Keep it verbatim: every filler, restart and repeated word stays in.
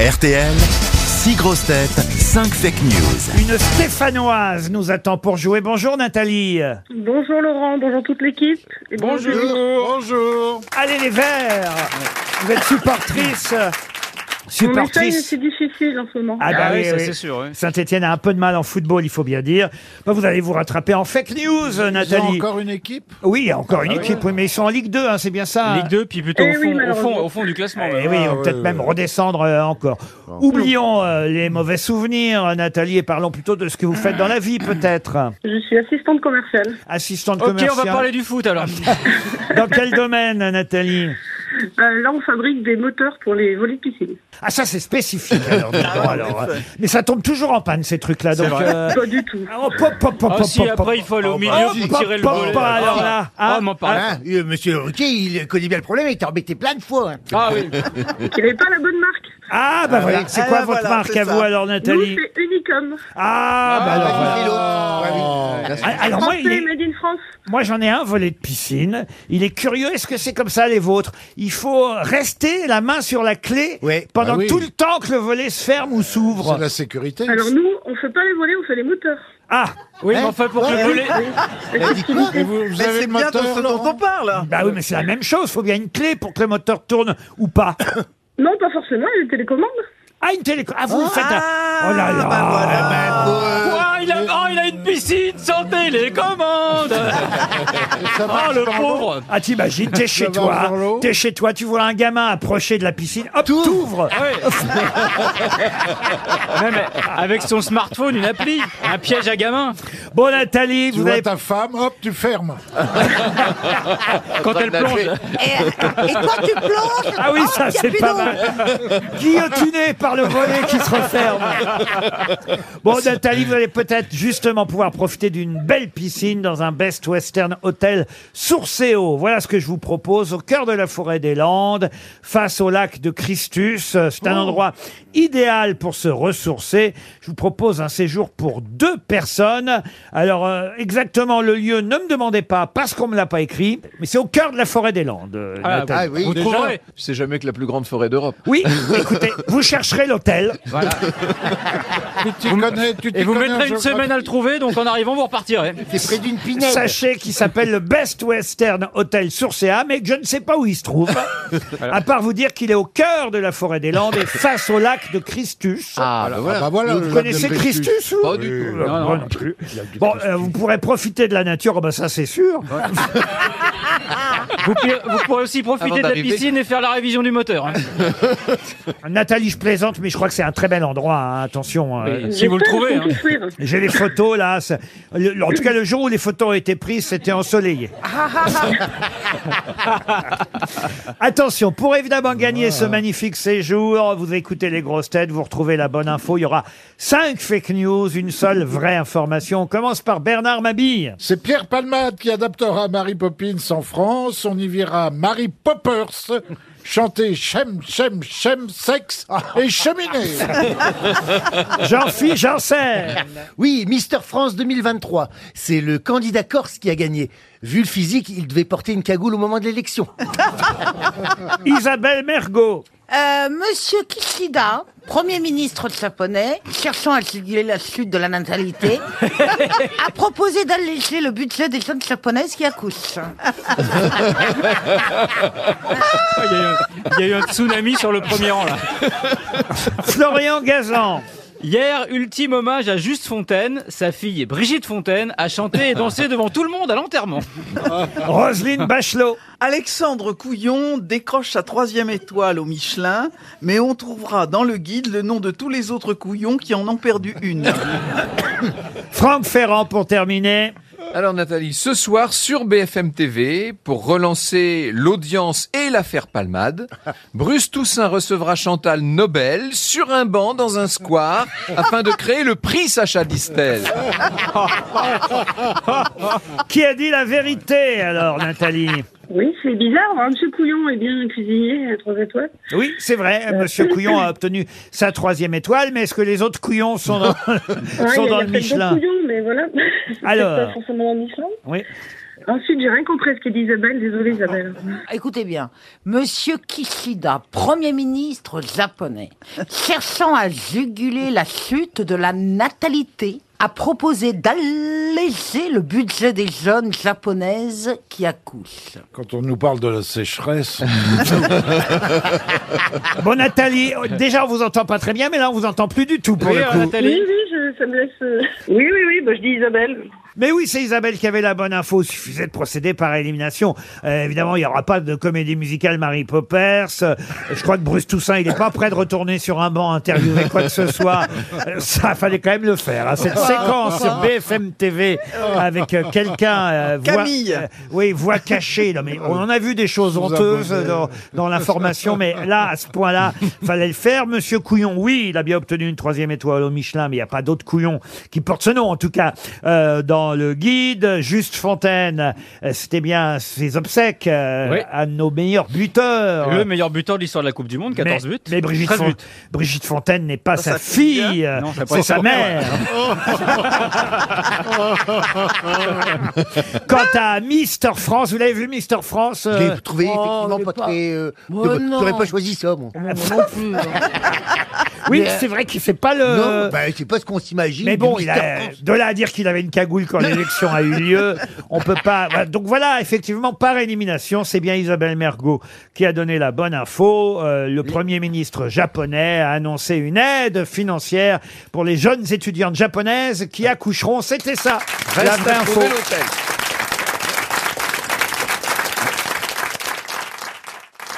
R T L, six grosses têtes, cinq fake news. Une Stéphanoise nous attend pour jouer. Bonjour Nathalie. Bonjour Laurent, bonjour toute l'équipe. Et Bonjour. Bonjour. Allez les Verts. Vous êtes supportrice. On essaye, mais Supportrice. c'est difficile en ce moment. Ah bah Ah oui, oui, ça, oui. c'est sûr, oui. Saint-Etienne a un peu de mal en football, il faut bien dire. Bah, vous allez vous rattraper en fake news, Ils ont Nathalie. encore une équipe? Oui, il y a encore une équipe, oui, mais ils sont en Ligue deux, hein, c'est bien ça. Ligue deux, puis plutôt Eh au, oui, fond, au, malheureusement. fond, au fond du classement. Eh même. oui, ils vont ouais, peut-être ouais, même ouais. redescendre euh, encore. Oublions euh, les mauvais souvenirs, Nathalie, et parlons plutôt de ce que vous faites dans la vie, peut-être. Je suis assistante commerciale. Assistante Ok, commerciale. on va parler du foot alors. Dans quel domaine, Nathalie? Euh, là, on fabrique des moteurs pour les volets de piscine. Ah, ça, c'est spécifique. Alors, bon, alors, euh, mais ça tombe toujours en panne, ces trucs-là. Donc, vrai. euh, Pas du tout. ah, hop, hop, hop, hop, Ah hop, si, hop, après hop. il faut aller au milieu Hop, pour tirer le hop, volet. hop, alors là, hein. Ah, m'en parle. Hein, euh, monsieur Ruquier, il connaît bien le problème, il t'a embêté plein de fois. hein. Ah oui. Qui n'avait pas la bonne marque. Ah, bah voilà. C'est Ah, quoi bah, votre voilà, marque c'est à ça. vous, alors, Nous, Nathalie? c'est Unicom. Ah, bah alors Ah, voilà. c'est l'autre. Ouais, oui. Ah, Alors, moi, il Français, est- made in France. moi, j'en ai un volet de piscine. Il est curieux. Est-ce que c'est comme ça, les vôtres? Il faut rester la main sur la clé Ouais. pendant Ah oui. tout le temps que le volet se ferme ou s'ouvre. C'est la sécurité. Alors nous, on fait pas les volets, on fait les moteurs. Ah, Oui, mais enfin pour que le volet. Effectivité. Et vous, vous avez le moteur, Laurent bah oui, mais c'est la même chose. Il faut bien une clé pour que le moteur tourne ou pas. Non, pas forcément, il y a une télécommande. Ah, une télécommande. Ah, vous le faites. un- Oh là là. Quoi, il a, oh, il a une piscine sans télécommande. Ça Oh marche le dans l'eau. pauvre. Ah, t'imagines, t'es chez va toi, dans l'eau. t'es chez toi, tu vois un gamin approcher de la piscine, hop, t'ouvres. Ah ouais. Même avec son smartphone, une appli, un piège à gamin. Bon, Nathalie, Tu vous vois avez... ta femme, hop, tu fermes. Quand elle plonge. Et, et quand tu plonges, Ah oui, hop, ça y a c'est plus pas d'eau. mal. Guillotiné par le volet qui se referme. Bon, Nathalie, vous allez peut-être justement pouvoir profiter d'une belle piscine dans un Best Western Hotel Sourcéo. Voilà ce que je vous propose au cœur de la forêt des Landes, face au lac de Christus. C'est un endroit idéal pour se ressourcer. Je vous propose un séjour pour deux personnes. Alors, euh, exactement le lieu, ne me demandez pas, parce qu'on me l'a pas écrit, mais c'est au cœur de la forêt des Landes. euh, Ah, Nathalie. Ah oui, Vous déjà. trouverez. C'est jamais que la plus grande forêt d'Europe. Oui, écoutez, vous chercherez l'hôtel. Tu connais, tu t'y Et vous connais en mettrez une géographie. semaine à le trouver, donc en arrivant, vous repartirez. C'est près d'une pinède. Sachez qu'il s'appelle le Best Western Hotel Sourcéa, mais que je ne sais pas où il se trouve. À part vous dire qu'il est au cœur de la forêt des Landes et face au lac de Christus. Ah, bah Ah voilà. bah voilà, le Vous lac connaissez de Christus ou Pas du tout. Euh, Non, non. moi non plus. Bon, euh, vous pourrez profiter de la nature, oh, bah ça c'est sûr. Vous, pi- vous pourrez aussi Avant profiter de la d'arriver. piscine et faire la révision du moteur. hein. Nathalie, je plaisante, mais je crois que c'est un très bel endroit. hein, Attention. hein. Oui, si vous le J'espère trouvez. qu'on hein. peut souffrir. J'ai les photos là. c'est- le- en tout cas, le jour où les photos ont été prises, c'était ensoleillé. Attention, pour évidemment gagner ce magnifique séjour, vous écoutez les grosses têtes, vous retrouvez la bonne info. Il y aura cinq fake news, une seule vraie information. On commence par Bernard Mabille. C'est Pierre Palmade qui adaptera Mary Poppins en France. On y verra Mary Poppers chanter Chem, Chem, Chem, sexe et cheminée. Jean-Philippe Janssen. Oui, Mister France deux mille vingt-trois. C'est le candidat corse qui a gagné. Vu le physique, il devait porter une cagoule au moment de l'élection. Isabelle Mergot. Euh, Monsieur Kishida, Premier ministre japonais, cherchant à juguler la chute de la natalité, a proposé d'alléger le budget des jeunes japonaises qui accouchent. Il y a eu un- il y a eu un tsunami sur le premier rang là. Florian Gazan. Hier, ultime hommage à Juste Fontaine. Sa fille Brigitte Fontaine a chanté et dansé devant tout le monde à l'enterrement. Roselyne Bachelot. Alexandre Couillon décroche sa troisième étoile au Michelin, mais on trouvera dans le guide le nom de tous les autres couillons qui en ont perdu une. Franck Ferrand pour terminer. Alors Nathalie, ce soir sur B F M T V, pour relancer l'audience et l'affaire Palmade, Bruce Toussaint recevra Chantal Nobel sur un banc dans un square afin de créer le prix Sacha Distel. Qui a dit la vérité alors, Nathalie? Oui, c'est bizarre. hein. Monsieur Couillon est bien cuisinier à trois étoiles. Oui, c'est vrai, Monsieur Couillon a obtenu sa troisième étoile, mais est-ce que les autres couillons sont dans, Ouais, sont il y a- dans il le y a peut-être Michelin? d'autres couillons, mais voilà. C'est Alors. pas forcément dans le Michelin. Oui. Ensuite, j'ai rien compris à ce qu'a dit Isabelle. Désolée, Isabelle. Écoutez bien, Monsieur Kishida, Premier ministre japonais, cherchant à juguler la chute de la natalité, a proposé d'alléger le budget des jeunes japonaises qui accouchent. Quand on nous parle de la sécheresse... Bon, Nathalie, déjà, on vous entend pas très bien, mais là, on vous entend plus du tout pour Oui, le euh, coup. Nathalie. Oui, oui, je, ça me laisse... euh, Oui, oui, oui, bah, je dis Isabelle. Mais oui, c'est Isabelle qui avait la bonne info. Il suffisait de procéder par élimination. Euh, évidemment, il n'y aura pas de comédie musicale Mary Poppers. Euh, je crois que Bruce Toussaint, il n'est pas prêt de retourner sur un banc interviewer quoi que ce soit. Euh, ça fallait quand même le faire. Hein. Cette séquence sur B F M T V avec euh, quelqu'un... Euh, voix, Camille. euh, oui, voix cachée. Non, mais on en a vu des choses honteuses dans, dans l'information, mais là, à ce point-là, fallait le faire. Monsieur Couillon, oui, il a bien obtenu une troisième étoile au Michelin, mais il n'y a pas d'autres Couillon qui portent ce nom, en tout cas, euh, dans le guide. Juste Fontaine, euh, c'était bien ses obsèques euh, Oui. à nos meilleurs buteurs. Le meilleur buteur de l'histoire de la Coupe du Monde, quatorze mais, buts. mais Brigitte, treize Fon- buts. Brigitte Fontaine n'est pas Pas sa sa fille, fille. euh, Non, ça a pas c'est été sa son mère. Quant à Mister France, vous l'avez vu Mister France Je l'ai euh, trouvé oh, effectivement mais pas, pas- très... Euh, Oh, de- non. J'aurais pas choisi ça, moi. Moi non plus. hein. Oui, mais, euh, c'est vrai qu'il fait pas le... Non, bah, c'est pas ce qu'on s'imagine. Mais du bon, il Mister a, France. de là à dire qu'il avait une cagoule quand l'élection a eu lieu, on peut pas. Voilà. Donc voilà, effectivement, par élimination, c'est bien Isabelle Mergo qui a donné la bonne info. Euh, le Premier ministre japonais a annoncé une aide financière pour les jeunes étudiantes japonaises qui accoucheront. C'était ça, la Reste vraie à info. trouver l'hôtel.